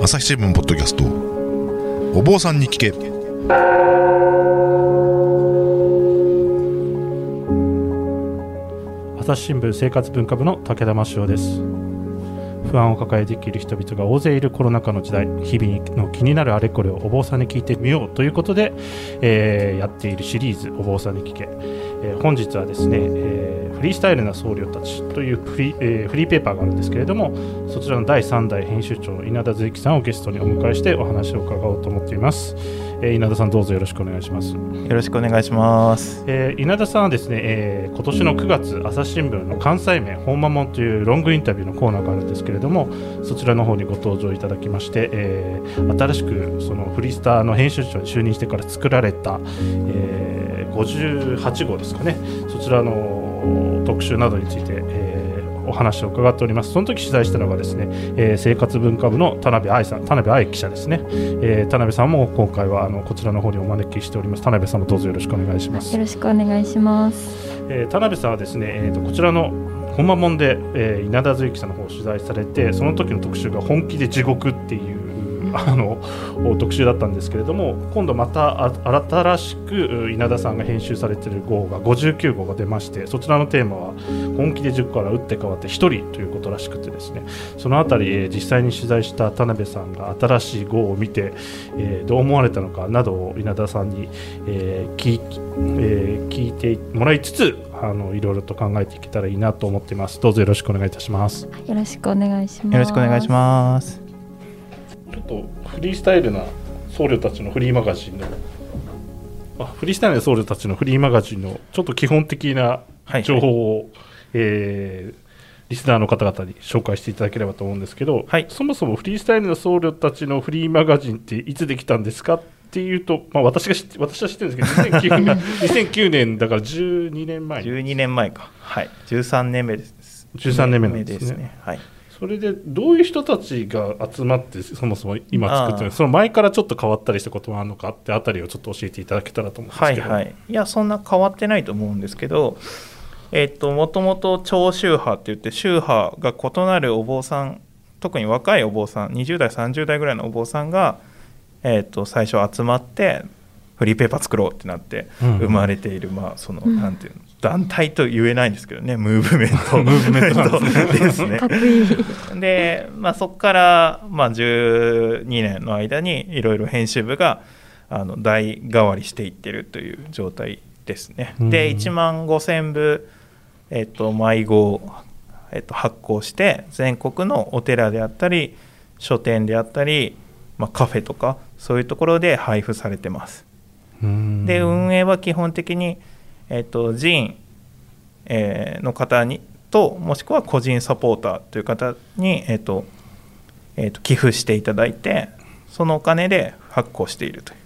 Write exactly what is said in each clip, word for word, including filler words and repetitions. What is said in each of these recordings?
朝日新聞ポッドキャスト、お坊さんに聞け。 朝日新聞生活文化部の武田真潮です。不安を抱えて生きる人々が大勢いるコロナ禍の時代、日々の気になるあれこれをお坊さんに聞いてみようということで、えー、やっているシリーズお坊さんに聞け、えー、本日はですね、えー、フリースタイルな僧侶たちというフリー、えー、フリーペーパーがあるんですけれども、そちらのだいさん代編集長の稲田随樹さんをゲストにお迎えしてお話を伺おうと思っています。えー、稲田さん、どうぞよろしくお願いします。 よろしくお願いします。 えー、稲田さんはですね、えー、今年のくがつ朝日新聞の関西面本間門というロングインタビューのコーナーがあるんですけれども、そちらの方にご登場いただきまして、えー、新しくそのフリースターの編集長に就任してから作られた、えー、ごじゅうはち号ですかね、そちらの特集などについて、えーお話を伺っております。その時取材したのがですね、えー、生活文化部の田辺愛さん、田辺愛記者ですね。えー、田辺さんも今回はあのこちらの方にお招きしております。田辺さんもどうぞよろしくお願いします。 よろしくお願いします。 えー、田辺さんはですね、えー、とこちらの本間門で、えー、稲田随樹さんの方を取材されて、その時の特集が本気で地獄っていうあの特集だったんですけれども、今度また新しく稲田さんが編集されている号がごじゅうきゅう号が出まして、そちらのテーマは本気でじゅっから打って変わってひとりということらしくてですね、そのあたり、えー、実際に取材した田辺さんが新しい号を見て、えー、どう思われたのかなどを稲田さんに、えー 聞, えー、聞いてもらいつつ、あのいろいろと考えていけたらいいなと思っています。どうぞよろしくお願いいたします。 よろしくお願いします。 よろしくお願いします。 ちょっとフリースタイルな僧侶たちのフリーマガジンのあフリースタイルな僧侶たちのフリーマガジンのちょっと基本的な情報を、はいはい、えー、リスナーの方々に紹介していただければと思うんですけど、はい、そもそもフリースタイルな僧侶たちのフリーマガジンっていつできたんですかっていうと、まあ、私が知って私は知ってるんですけどにせんきゅうねんにせんきゅうねんだからじゅうにねんまえじゅうにねんまえか、はい、じゅうさんねんめですじゅうさんねんめなんですね。 ですね、はい。 それでどういう人たちが集まってそもそも今作ってるの、その前からちょっと変わったりしたことはあるのかってあたりをちょっと教えていただけたらと思うんですけど。 はいはい、いやそんな変わってないと思うんですけど、えっともともと超宗派って言って宗派が異なるお坊さん、特に若いお坊さんにじゅう代さんじゅう代ぐらいのお坊さんが、えっと最初集まってフリーペーパー作ろうってなって生まれている、うん、まあその、うん、なんていうの団体と言えないんですけどね、ムーブメントムーブメントですね。 かっこいい。 で、まあ、そこから、まあ、じゅうにねんの間にいろいろ編集部があの代替わりしていってるという状態ですね。でいちまんごせんぶ、えっと、毎号、えっと、発行して全国のお寺であったり書店であったり、まあ、カフェとかそういうところで配布されてます。で運営は基本的にえー、と寺院、えー、の方にともしくは個人サポーターという方に、えーとえー、と寄付していただいて、そのお金で発行しているという。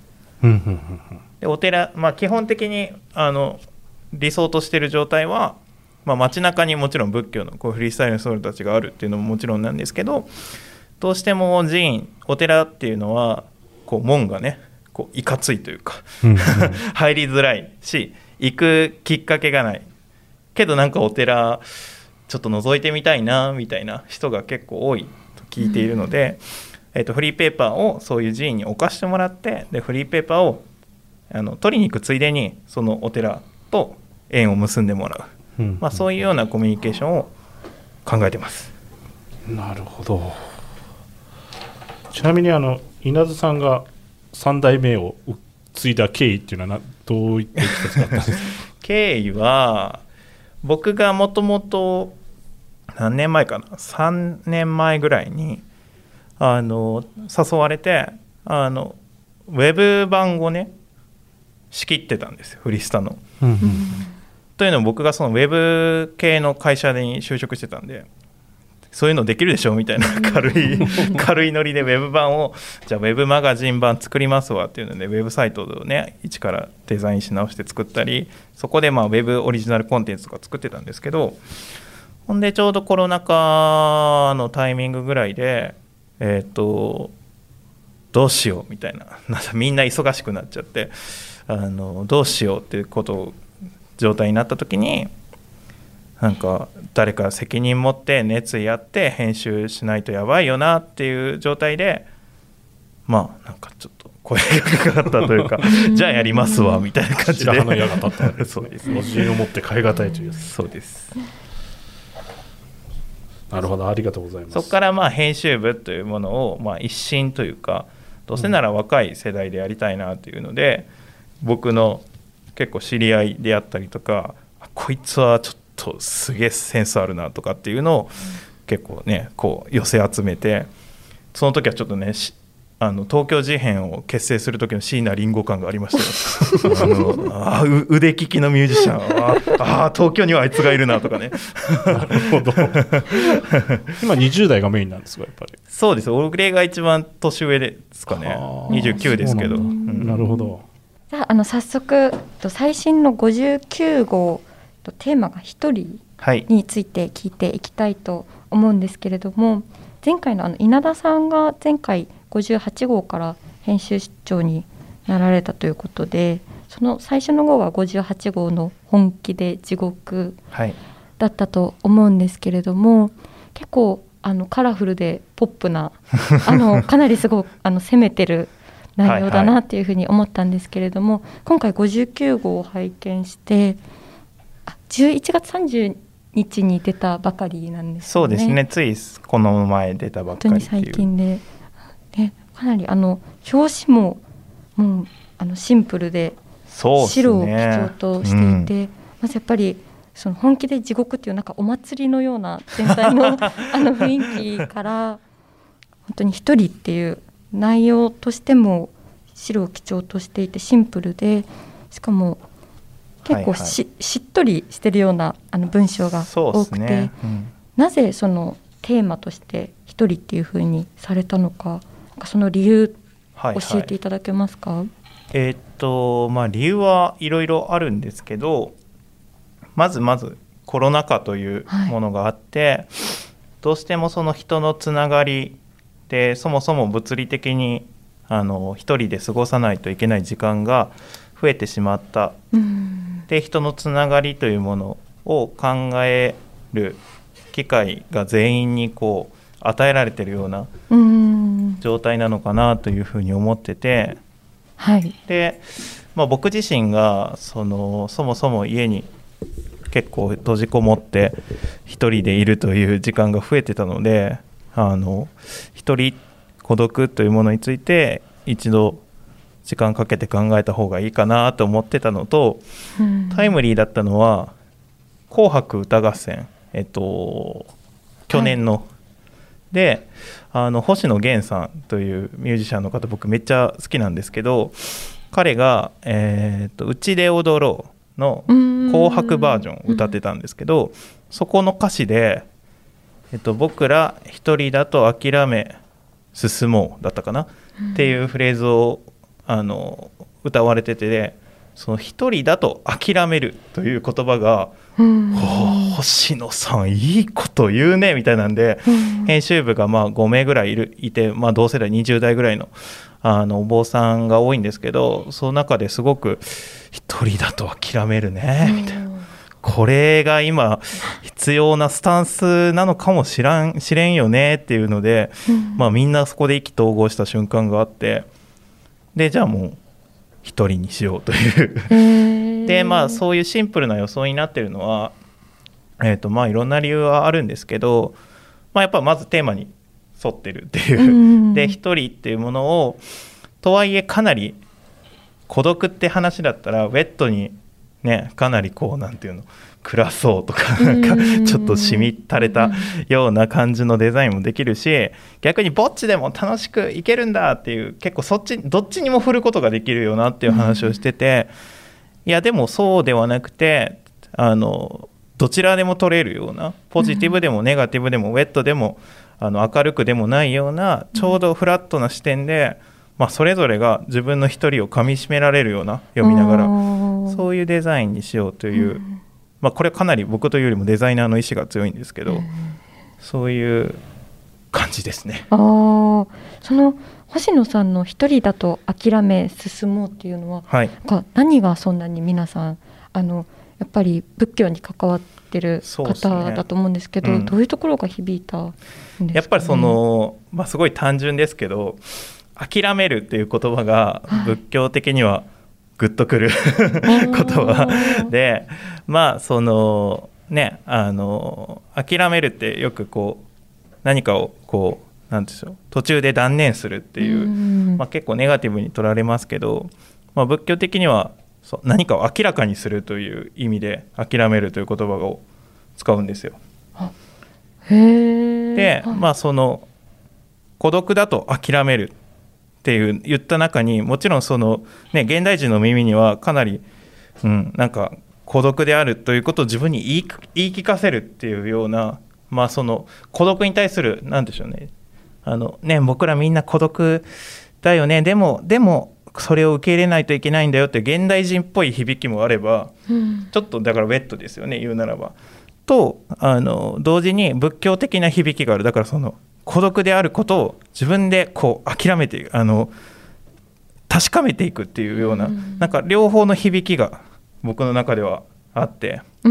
でお寺、まあ、基本的にあの理想としている状態は、まあ、街中にもちろん仏教のこうフリースタイルの僧侶たちがあるっていうのももちろんなんですけど、どうしても寺院お寺っていうのはこう門がねこういかついというか入りづらいし行くきっかけがないけど、なんかお寺ちょっと覗いてみたいなみたいな人が結構多いと聞いているので、うん、えー、とフリーペーパーをそういう寺院に置かしてもらって、でフリーペーパーをあの取りに行くついでにそのお寺と縁を結んでもらう、うん、まあ、そういうようなコミュニケーションを考えてます。 なるほど。ちなみにあの稲田さんがさん代目を継いだ経緯っていうのはどういったいきさつだったんですか？ 経緯は僕がもともと何年前かなさんねんまえぐらいにあの誘われてあのウェブ版をね仕切ってたんですよ、フリスタの、うんうん、というのも僕がそのウェブ系の会社に就職してたんで、そういうのできるでしょみたいな軽い軽いノリでウェブ版をじゃあウェブマガジン版作りますわっていうのでウェブサイトをね一からデザインし直して作ったり、そこでまあウェブオリジナルコンテンツとか作ってたんですけど、ほんでちょうどコロナ禍のタイミングぐらいでえっとどうしようみたいな、なんかみんな忙しくなっちゃってあのどうしようっていうこと状態になった時に、なんか誰か責任持って熱意あって編集しないとやばいよなっていう状態で、 まあなんかちょっと声がかかったというかじゃあやりますわみたいな感じで白羽の矢が立ったんですそうですね。自信を持って変え難いという。 そうです。 なるほど、ありがとうございます。 そこからまあ編集部というものをまあ一新というか、どうせなら若い世代でやりたいなというので、うん、僕の結構知り合いであったりとか、こいつはちょっとすげえセンスあるなとかっていうのを結構ねこう寄せ集めて、その時はちょっとねあの東京事変を結成する時の椎名林檎感がありましたよあのあ腕利きのミュージシャン、ああ東京にはあいつがいるなとかねなるほど今にじゅう代がメインなんですか？やっぱりそうです。俺が一番年上ですかね。にじゅうきゅうですけど。な、うん、 なるほど。 じゃあ、あの早速最新のごじゅうきゅうごうとテーマが一人について聞いていきたいと思うんですけれども、前回のあの稲田さんが前回ごじゅうはちごうから編集長になられたということで、その最初の号がごじゅうはちごうの本気で地獄だったと思うんですけれども、はい、結構あのカラフルでポップなあのかなりすごくあの攻めてる内容だなっていうふうに思ったんですけれども、はいはい、今回ごじゅうきゅうごうを拝見してあじゅういちがつさんじゅうにちに出たばかりなんですね。 そうですね、ついこの前出たばっかりっていう。 本当に最近で、ね、かなりあの表紙ももうあのシンプルで白を基調としていて、うん、まずやっぱりその本気で地獄っていうなんかお祭りのような全体 の, あの雰囲気から本当に一人っていう内容としても白を基調としていてシンプルで、しかも結構 し,、はいはい、しっとりしてるようなあの文章が多くて、ね、うん、なぜそのテーマとして一人っていう風にされたのか、なんかその理由教えていただけますか？はいはい、 えーっとまあ、理由はいろいろあるんですけど、まずまずコロナ禍というものがあって、はい、どうしてもその人のつながりでそもそも物理的にあの一人で過ごさないといけない時間が増えてしまった、うん、で人のつながりというものを考える機会が全員にこう与えられているような状態なのかなというふうに思ってて、 はい、 で、まあ、僕自身が そのそもそも家に結構閉じこもって一人でいるという時間が増えてたので、あの一人孤独というものについて一度時間かけて考えた方がいいかなと思ってたのと、うん、タイムリーだったのは紅白歌合戦、えっと去年の、はい、であの星野源さんというミュージシャンの方僕めっちゃ好きなんですけど、彼が、えー、っとうちで踊ろうの紅白バージョンを歌ってたんですけど、そこの歌詞で、えっと、僕ら一人だと諦め進もうだったかな、うん、っていうフレーズをあの歌われてて、その一人だと諦めるという言葉が、うん、星野さんいいこと言うねみたいなんで、うん、編集部がまあごめいぐらいいるいて、まあ、同世代にじゅうだいぐらい の, あのお坊さんが多いんですけど、その中ですごく一人だと諦めるねみたいな、うん、これが今必要なスタンスなのかもしらんしれんよねっていうので、うんまあ、みんなそこで意気投合した瞬間があって、でじゃあもう一人にしようというで、まあ、そういうシンプルな予想になっているのは、えーとまあ、いろんな理由はあるんですけど、まあ、やっぱまずテーマに沿ってるっていう、うん、で一人っていうものをとはいえかなり孤独って話だったらウェットにねかなりこうなんていうの暗そうとか、なんかちょっとしみったれたような感じのデザインもできるし、逆にぼっちでも楽しくいけるんだっていう、結構そっちどっちにも振ることができるよなっていう話をしてて、いやでもそうではなくて、あのどちらでも取れるような、ポジティブでもネガティブでもウェットでもあの明るくでもないようなちょうどフラットな視点で、まあ、それぞれが自分の一人をかみしめられるような読みながら、そういうデザインにしようという、まあ、これかなり僕というよりもデザイナーの意志が強いんですけど、そういう感じですね。 あその星野さんの一人だと諦め進もうっていうのは、はい、何がそんなに皆さんあのやっぱり仏教に関わってる方だと思うんですけど、うん、どういうところが響いたんですかね。 やっぱりその、まあ、すごい単純ですけど、 諦めるっていう言葉が仏教的にはグッとくる言葉で、まあそのねあの諦めるってよくこう何かをこうなんでしょう途中で断念するっていう、まあ、結構ネガティブに取られますけど、まあ、仏教的にはそう何かを明らかにするという意味で諦めるという言葉を使うんですよ。 へで、まあその孤独だと諦めるっていう言った中にもちろんその、ね、現代人の耳にはかなり、うん、なんか孤独であるということを自分に言い、言い聞かせるっていうような、まあ、その孤独に対するなんでしょうね、あのね僕らみんな孤独だよね、でもでもそれを受け入れないといけないんだよって現代人っぽい響きもあれば、うん、ちょっとだからウェットですよね言うならばとあの同時に仏教的な響きがある。だからその孤独であることを自分でこう諦めてあの確かめていくっていうような、うん、なんか両方の響きが僕の中ではあって、うん、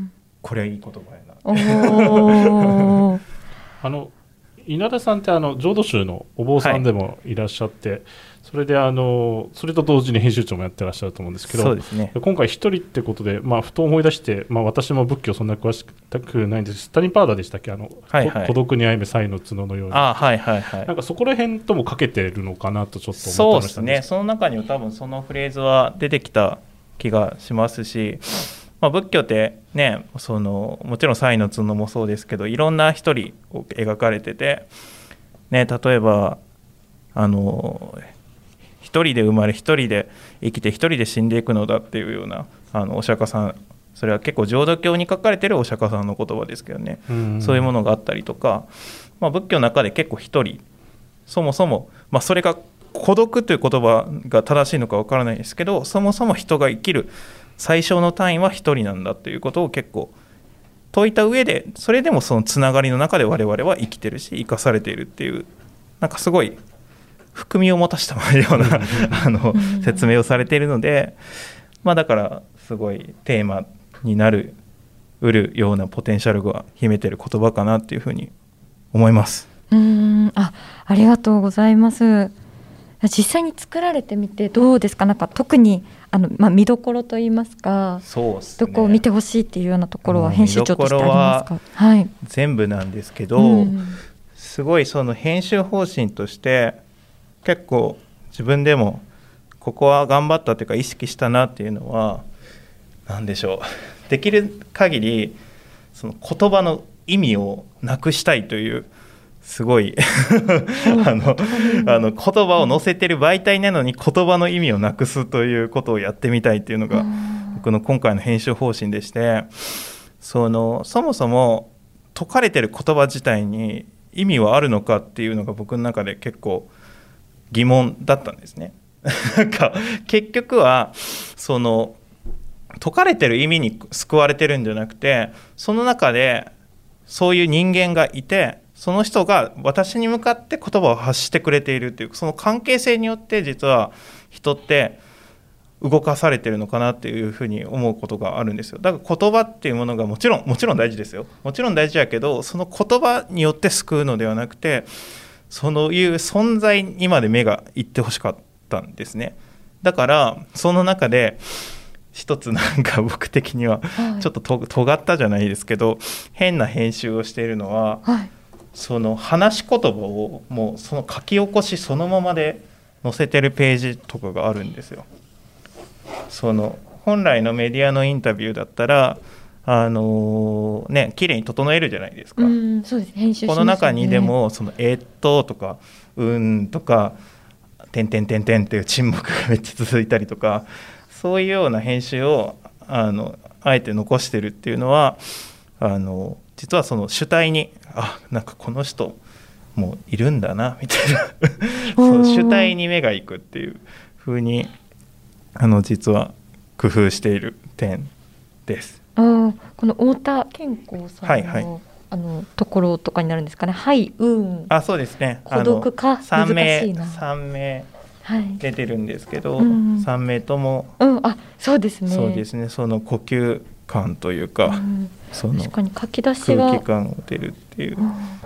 これはいい言葉やなあの稲田さんってあの浄土宗のお坊さんでもいらっしゃって、はい、それであのそれと同時に編集長もやってらっしゃると思うんですけど、 そうですね、 今回一人ってことで、まあ、ふと思い出して、まあ、私も仏教そんな詳しくないんですスタニパーダでしたっけ、あの、はいはい、孤独に歩めサイの角のように、 あ、はいはいはい、 なんかそこら辺ともかけてるのかなとちょっと思ってました。 そうですね、その中には多分そのフレーズは出てきた気がしますし、まあ、仏教ってねそのもちろんサイの角もそうですけどいろんな一人を描かれてて、ね、例えばあの一人で生まれ一人で生きて一人で死んでいくのだっていうようなあのお釈迦さん、それは結構浄土教に書かれてるお釈迦さんの言葉ですけどね、うんそういうものがあったりとか、まあ、仏教の中で結構一人そもそも、まあ、それが孤独という言葉が正しいのかわからないですけど、そもそも人が生きる最小の単位は一人なんだということを結構説いた上で、それでもそのつながりの中で我々は生きてるし生かされているっていう、なんかすごい含みを持たせたようなあの説明をされているので、まあ、だからすごいテーマになるうるようなポテンシャルが秘めている言葉かなっていうふうに思います。 うーん、あ、ありがとうございます。実際に作られてみてどうですか。なんか特にあの、まあ、見どころといいますか、 そうですね、 どこを見てほしいっていうようなところは編集長としてありますか。はい、 全部なんですけど、うん、すごいその編集方針として結構自分でもここは頑張ったというか意識したなっていうのは何でしょう、できる限りその言葉の意味をなくしたいというすごいあのあの言葉を載せてる媒体なのに言葉の意味をなくすということをやってみたいっていうのが僕の今回の編集方針でして、そのそもそも説かれてる言葉自体に意味はあるのかっていうのが僕の中で結構疑問だったんですね。なんか結局はその説かれてる意味に救われてるんじゃなくて、その中でそういう人間がいて、その人が私に向かって言葉を発してくれているという、その関係性によって実は人って動かされているのかなっていうふうに思うことがあるんですよ。だから言葉っていうものがもちろんもちろん大事ですよ、もちろん大事やけど、その言葉によって救うのではなくて、そういう存在にまで目がいってほしかったんですね。だからその中で一つなんか僕的にはちょっとと尖ったじゃないですけど変な編集をしているのは、はい、その話し言葉をもうその書き起こしそのままで載せてるページとかがあるんですよ。その本来のメディアのインタビューだったらあのー、ね綺麗に整えるじゃないですか。 うんそうです、編集しますよね。 この中にでもそのえー、っととかうんとかてんてんてんてんっていう沈黙がめっちゃ続いたりとか、そういうような編集を あのあえて残してるっていうのはあの実はその主体にあなんかこの人もいるんだなみたいなそう主体に目がいくっていう風にあの実は工夫している点です。 あこの太田健康さんの、 はいはい、 あのところとかになるんですかね。はいうんあそうですね、 孤独か難しいなさん名出てるんですけど、 はいうん、 さん名とも、 うん、あそうですねそうですね、その呼吸感というか、うん、その確かに書き出しが空気感を出るっていう、うん、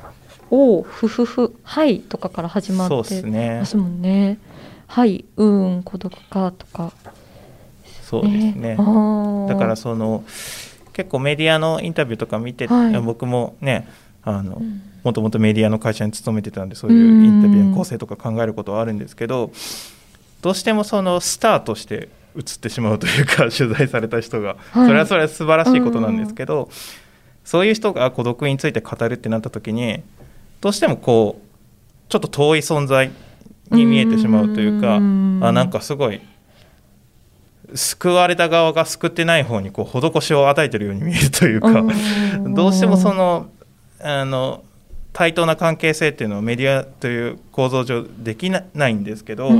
おふふふはいとかから始まってますもんね。はい、うーん孤独かとか。 そうですね、ね、だからその結構メディアのインタビューとか見て、はい、僕もねあの、うん、もともとメディアの会社に勤めてたんでそういうインタビューの構成とか考えることはあるんですけど、どうしてもそのスターとして映ってしまうというか取材された人が、はい、それはそれは素晴らしいことなんですけど、そういう人が孤独について語るってなった時にどうしてもこうちょっと遠い存在に見えてしまうというか、うあなんかすごい救われた側が救ってない方にこう施しを与えているように見えるというかどうしてもそのあの対等な関係性っていうのはメディアという構造上できないんですけど、うん、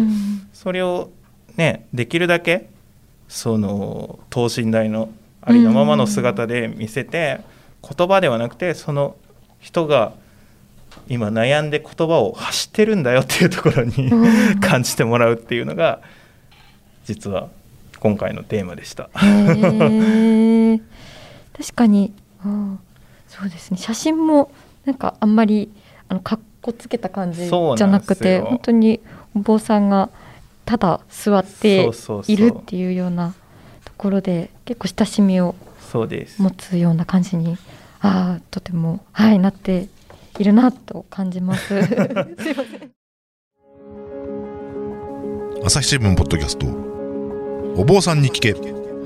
それをねできるだけその等身大のありのままの姿で見せて、うん、言葉ではなくてその人が今悩んで言葉を発してるんだよっていうところに、うん、感じてもらうっていうのが実は今回のテーマでした。 へ確かにあそうですね、写真もなんかあんまりあのかっこつけた感じじゃなくて本当にお坊さんがただ座っているっていうようなところで結構親しみを持つような感じにあとても、はい、なっているなと感じますすいません。 朝日新聞ポッドキャストお坊さんに聞け。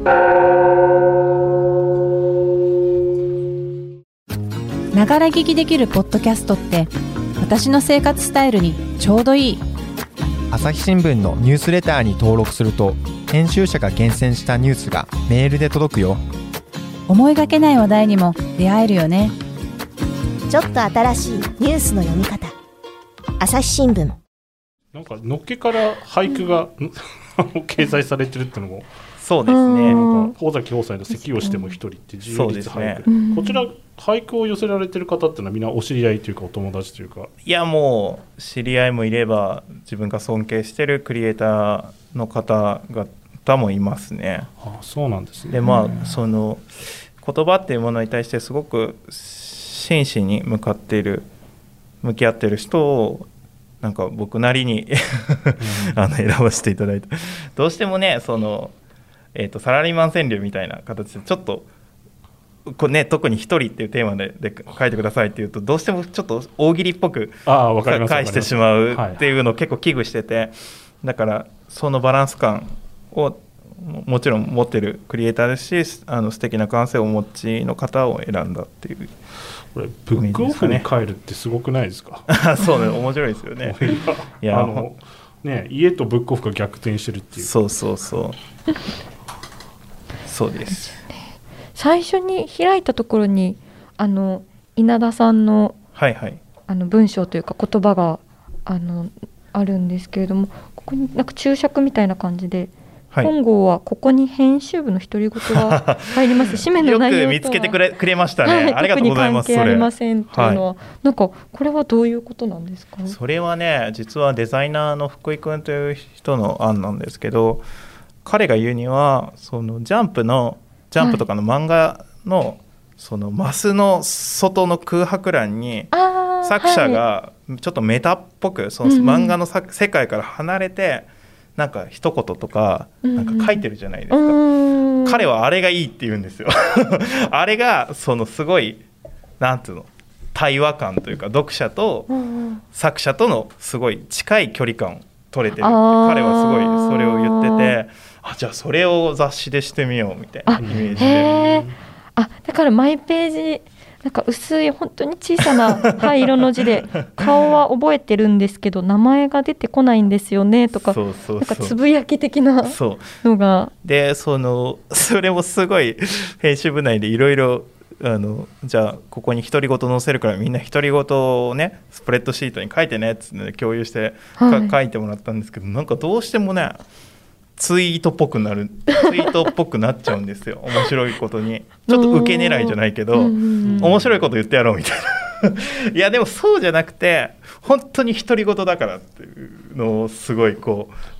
ながら聞きできるポッドキャストって私の生活スタイルにちょうどいい。 朝日新聞のニュースレターに登録すると編集者が厳選したニュースがメールで届くよ。 思いがけない話題にも出会えるよね。 ちょっと新しいニュースの読み方。朝日新聞。 なんかのっけから俳句が掲載されてるってのもそうですね。 なんか尾崎豊斎の咳をしても一人って自由律俳句、ね、こちら俳句を寄せられてる方ってのはみんなお知り合いというかお友達というか。 いやもう知り合いもいれば自分が尊敬してるクリエイターの方々もいますね。 ああそうなんですね。 でまあその言葉っていうものに対してすごく真摯に向かっている向き合っている人をなんか僕なりにあの選ばせていただいて、どうしてもねその、えーと、サラリーマン川柳みたいな形でちょっとこう、ね、特に一人っていうテーマ で, で書いてくださいっていうとどうしてもちょっと大喜利っぽく返してしまうっていうのを結構危惧してて、だからそのバランス感をもちろん持ってるクリエイターですし、あの素敵な感性をお持ちの方を選んだっていう。 これブックオフに帰るってすごくないですか？ そうね、面白いですよね。 いやあのね、家とブックオフが逆転してるっていう。 そうそうそうそうです。 最初に開いたところにあの稲田さんの、 はいはい、 あの文章というか言葉が あのあるんですけれども、ここになんか注釈みたいな感じで、はい、本号はここに編集部の独り言が入ります。紙面の内容とはよく見つけてく れ, くれましたね、はい、ありがとうございます。 特に関係ありませんというのは、はい、なんかこれはどういうことなんですか？ それはね実はデザイナーの福井くんという人の案なんですけど、彼が言うにはそのジャンプのジャンプとかの漫画の、はい、そのマスの外の空白欄に作者がちょっとメタっぽくその漫画の世界から離れてなんか一言とかなんか書いてるじゃないですか、うん、彼はあれがいいって言うんですよあれがそのすごいなんていうの対話感というか読者と作者とのすごい近い距離感を取れてるって彼はすごいそれを言ってて、あじゃあそれを雑誌でしてみようみたいなイメージで、 あだからマイページなんか薄い本当に小さな灰色の字で顔は覚えてるんですけど名前が出てこないんですよねとか、 そうそうそう、 なんかつぶやき的なのがでそのそれもすごい編集部内でいろいろあのじゃあここに独り言載せるからみんな独り言をねスプレッドシートに書いてねってって共有して、はい、書いてもらったんですけど、なんかどうしてもねツイートっぽくなるツイートっぽくなっちゃうんですよ面白いことにちょっと受け狙いじゃないけど面白いこと言ってやろうみたいないやでもそうじゃなくて本当に独り言だからっていうのをすごいこう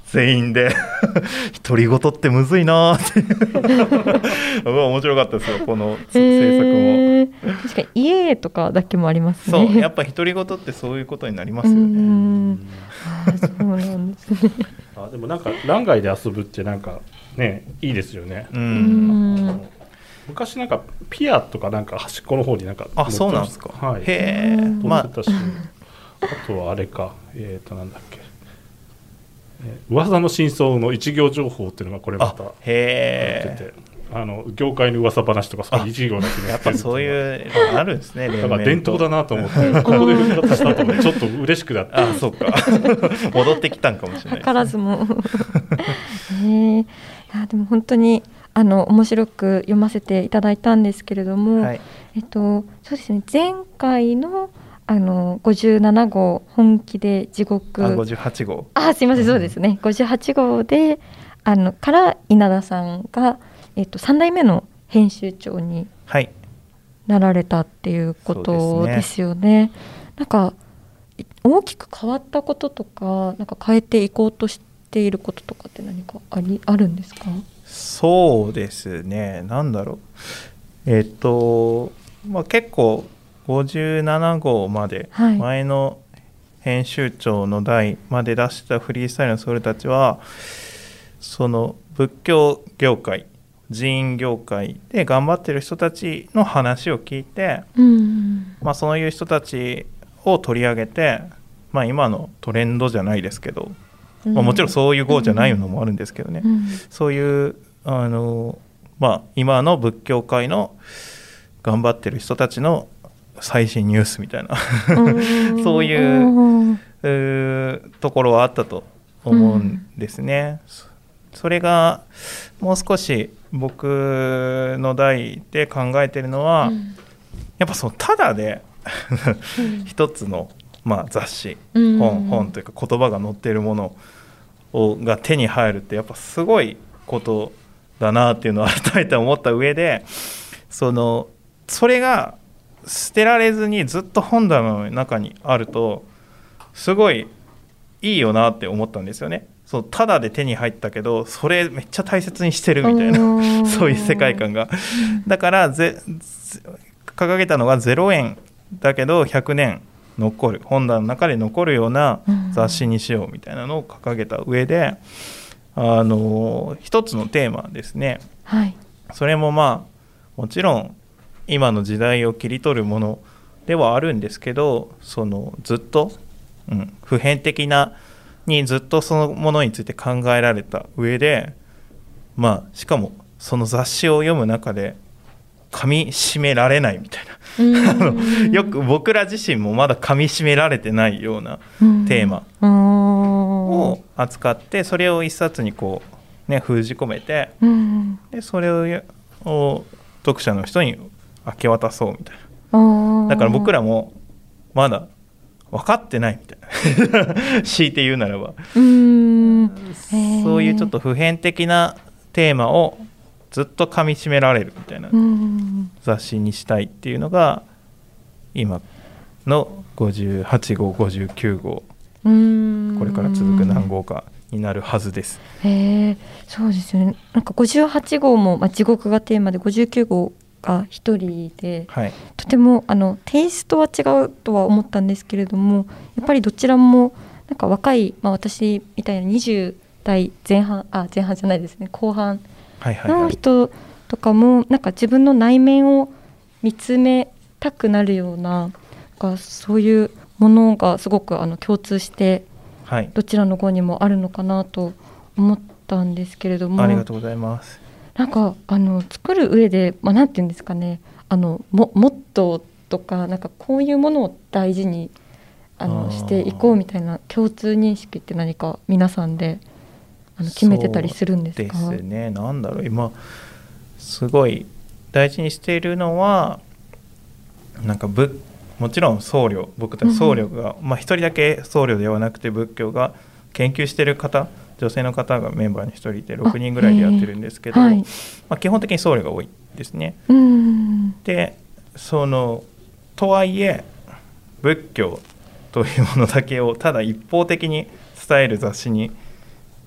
全員で独り言ってむずいなって面白かったですよ、この制作も、 えー、確かに家とかだけもありますね。 そうやっぱ独り言ってそういうことになりますよね。 うんあそうなんですねあでもなんか欄外で遊ぶってなんかねいいですよね。 うんうん昔なんかピアとかなんか端っこの方になんかあそうなんですか、 はい、 へえ、 まあ、あとはあれかえっ、ー、となんだっけ、えー、噂の真相の一行情報っていうのがこれまたあへやってて、あの業界の噂話とかその一行だけでやっぱそういうのあるんですね。 だから伝統だなと思ってここで復活したと思ってちょっと嬉しくなってあそうか戻ってきたんかもしれない。 図らずもえー、いやでも本当にあの面白く読ませていただいたんですけれども、はい、えっとそうですね、前回のあのごじゅうなな号本気で地獄、 あごじゅうはち号、 あすいません、そうですね、ごじゅうはち号であのから稲田さんが、えっと、さん代目の編集長になられたっていうことですよね。はい、なんか大きく変わったこととか、なんか変えていこうとしていることとかって何かありあるんですか？ そうですね、なんだろう、えっと、まあ、結構ごじゅうなな号まで、はい、前の編集長の代まで出したフリースタイルのソウルたちはその仏教業界、寺院業界で頑張ってる人たちの話を聞いて、うんまあ、そういう人たちを取り上げて、まあ、今のトレンドじゃないですけど、まあ、もちろんそういう号じゃないのもあるんですけどね、うん、そういうあの、まあ、今の仏教界の頑張ってる人たちの最新ニュースみたいなそういうところはあったと思うんですね。うん、それがもう少し僕の代で考えてるのは、うん、やっぱそのただで一つの、まあ、雑誌、うん、本, 本というか言葉が載っているものをが手に入るってやっぱすごいことだなっていうのを改めて思った上で、そのそれが捨てられずにずっと本棚の中にあるとすごいいいよなって思ったんですよね。そうただで手に入ったけどそれめっちゃ大切にしてるみたいなそういう世界観がだからぜ掲げたのがゼロえんだけどひゃくねん残る、本棚の中で残るような雑誌にしようみたいなのを掲げた上で、あの一つのテーマですね、はい、それもまあもちろん今の時代を切り取るものではあるんですけど、そのずっと、うん、普遍的なにずっとそのものについて考えられた上で、まあしかもその雑誌を読む中で噛み締められないみたいなあのよく僕ら自身もまだ噛み締められてないようなテーマを扱って、それを一冊にこう、ね、封じ込めて、でそれを読者の人に明け渡そうみたいな。だから僕らもまだ分かってないみたいな強いて言うならば、うーんそういうちょっと普遍的なテーマをずっと噛み締められるみたいな雑誌にしたいっていうのが今のごじゅうはち号ごじゅうきゅう号、うーんこれから続く何号かになるはずです。 へー、そうですよね。なんかごじゅうはち号も、まあ、地獄がテーマでごじゅうきゅう号が一人で、はい、とてもあのテイストは違うとは思ったんですけれども、やっぱりどちらもなんか若い、まあ、私みたいなにじゅう代前半あ前半じゃないですね後半の人とかもなんか自分の内面を見つめたくなるような、なんかそういうものがすごくあの共通してどちらの号にもあるのかなと思ったんですけれども、 ありがとうございます。 なんかあの作る上で、まあ、なんていうんですかね、あのもモットーとかなんかこういうものを大事にあのしていこうみたいな共通認識って何か皆さんであの決めてたりするんですか？ そうですね、なんだろう、今すごい大事にしているのはなんかぶもちろん僧侶、僕たち僧侶が、うんまあ、一人だけ僧侶ではなくて仏教が研究している方、女性の方がメンバーにひとりいてろくにんぐらいでやってるんですけど、はいまあ、基本的に僧侶が多いですね。うんでそのとはいえ仏教というものだけをただ一方的に伝える雑誌に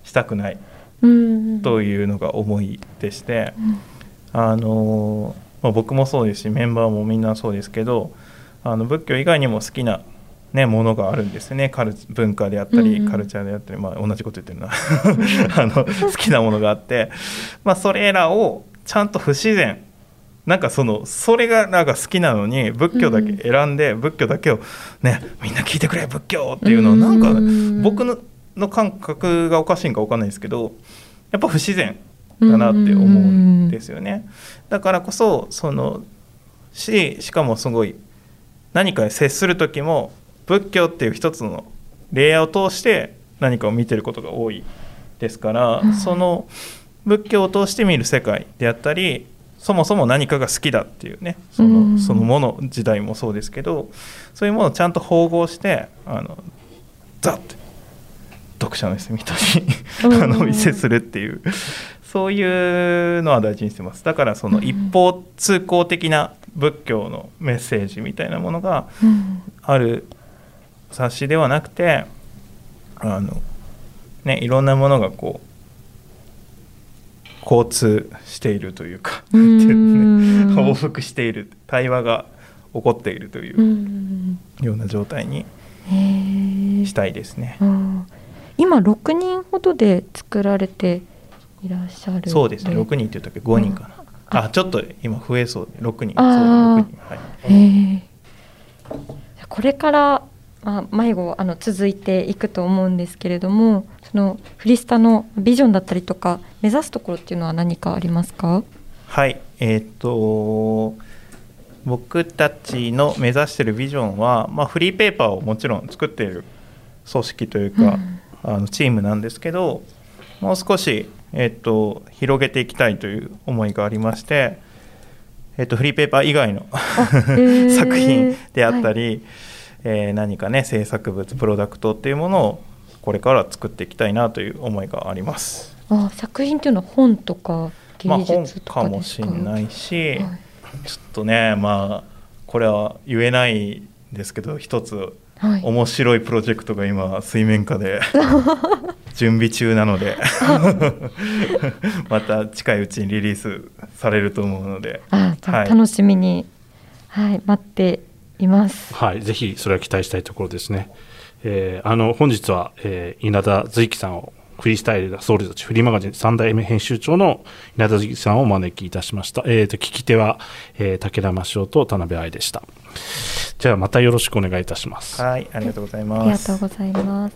したくないうんというのが思いでして、 うんあの、まあ、僕もそうですしメンバーもみんなそうですけど、あの仏教以外にも好きな、ね、ものがあるんですね。カル文化であったり、 うん、 カルチャーであったり、まあ、同じこと言ってるなあの好きなものがあって、まあ、それらをちゃんと不自然なんかそのそれがなんか好きなのに仏教だけ選んで、うん、仏教だけをねみんな聞いてくれ仏教っていうのはなんか僕 の, の感覚がおかしいんか分かんないですけど、やっぱ不自然だなって思うんですよね。だからこそその し, しかもすごい何かに接する時も仏教っていう一つのレイヤーを通して何かを見てることが多いですから、うん、その仏教を通して見る世界であったり、そもそも何かが好きだっていうね、そ の,、うん、そのもの時代もそうですけど、そういうものをちゃんと統合してあのザッて読者の人にあの見せするっていう、そういうのは大事にしてます。だからその一方通行的な仏教のメッセージみたいなものがある冊子ではなくて、あの、ね、いろんなものがこう交通しているというか往復している、対話が起こっているというような状態にしたいですね。 今ろくにんほどで作られていらっしゃる。 そうですね、ろくにんって言ったっけごにんかな、ああちょっと今増えそうでろくにん、 あそうろくにん、はい、へこれからまあ、迷子あの続いていくと思うんですけれども、そのフリスタのビジョンだったりとか目指すところっていうのは何かありますか？ はい、えー、と僕たちの目指しているビジョンは、まあ、フリーペーパーをもちろん作っている組織というか、うん、あのチームなんですけど、もう少し、えー、と広げていきたいという思いがありまして、えー、とフリーペーパー以外の作品であったり、はい、えー、何かね制作物プロダクトっていうものをこれから作っていきたいなという思いがあります。 あ、作品っていうのは本とか芸術とかですか？ まあ、本かもしれないし、はい、ちょっとね、まあこれは言えないんですけど、一つ面白いプロジェクトが今水面下で準備中なのでまた近いうちにリリースされると思うので、 あ、じゃあ楽しみに、はいはい、待っています。 はい、ぜひそれは期待したいところですね。えー、あの本日は、えー、稲田随樹さんをフリースタイルなソウルたちフリーマガジンさん代目編集長の稲田随樹さんをお招きいたしました。えー、と聞き手は、えー、武田真翔と田辺愛でした。じゃあまたよろしくお願いいたします。 はい、ありがとうございます。 ありがとうございます。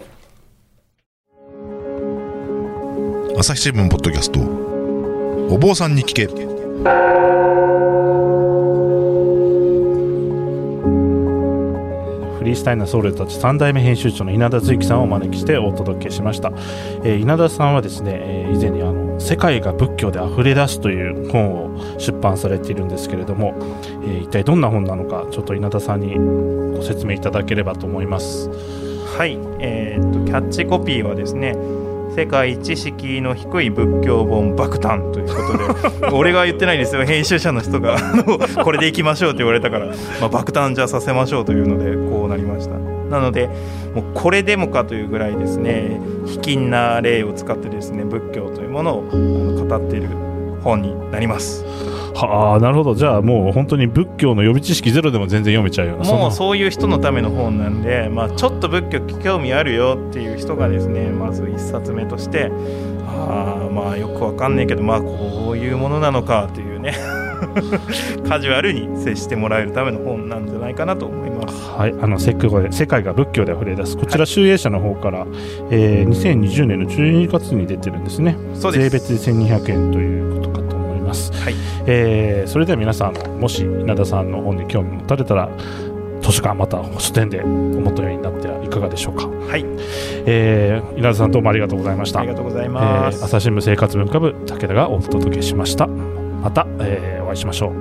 朝日新聞ポッドキャスト、お坊さんに聞け。 フリースタイルなソウルたちさん代目編集長の稲田随樹さんをお招きしてお届けしました。えー、稲田さんはですね、えー、以前にあの世界が仏教であふれ出すという本を出版されているんですけれども、えー、一体どんな本なのかちょっと稲田さんにご説明いただければと思います。 はい、えー、とキャッチコピーはですね、世界一敷居の低い仏教本爆誕ということで俺が言ってないですよ、編集者の人がこれでいきましょうって言われたから、まあ、爆誕じゃさせましょうというのでこうなりました。なのでもうこれでもかというぐらいですね、卑近な例を使ってですね仏教というものを語っている本になります。 はあ、なるほど。じゃあもう本当に仏教の予備知識ゼロでも全然読めちゃうような、 もうそういう人のための本なんで、まあ、ちょっと仏教興味あるよっていう人がですね、まず一冊目として、あまあよくわかんないけど、まあこういうものなのかというねカジュアルに接してもらえるための本なんじゃないかなと思います。 はい、あの世界が仏教であふれ出す、こちら集英社の方から、はい、えー、にせんにじゅうねんのじゅうにがつに出てるんですね。 そうです。 税別でせんにひゃくえんということかと思います。はい、えー、それでは皆さん、もし稲田さんの本に興味持たれたら図書館または書店でお求めになってはいかがでしょうか。 はい、 えー、稲田さんどうもありがとうございました。 ありがとうございます。 えー、朝日新聞生活文化部武田がお届けしました。また、えー、お会いしましょう。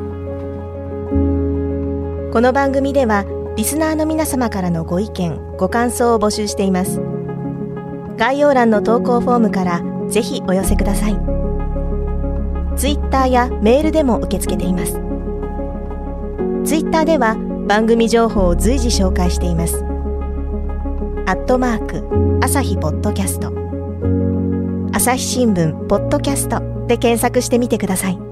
この番組ではリスナーの皆様からのご意見ご感想を募集しています。概要欄の投稿フォームからぜひお寄せください。ツイッターやメールでも受け付けています。ツイッターでは番組情報を随時紹介しています。アットマーク朝日ポッドキャスト、 朝日新聞ポッドキャストで検索してみてください。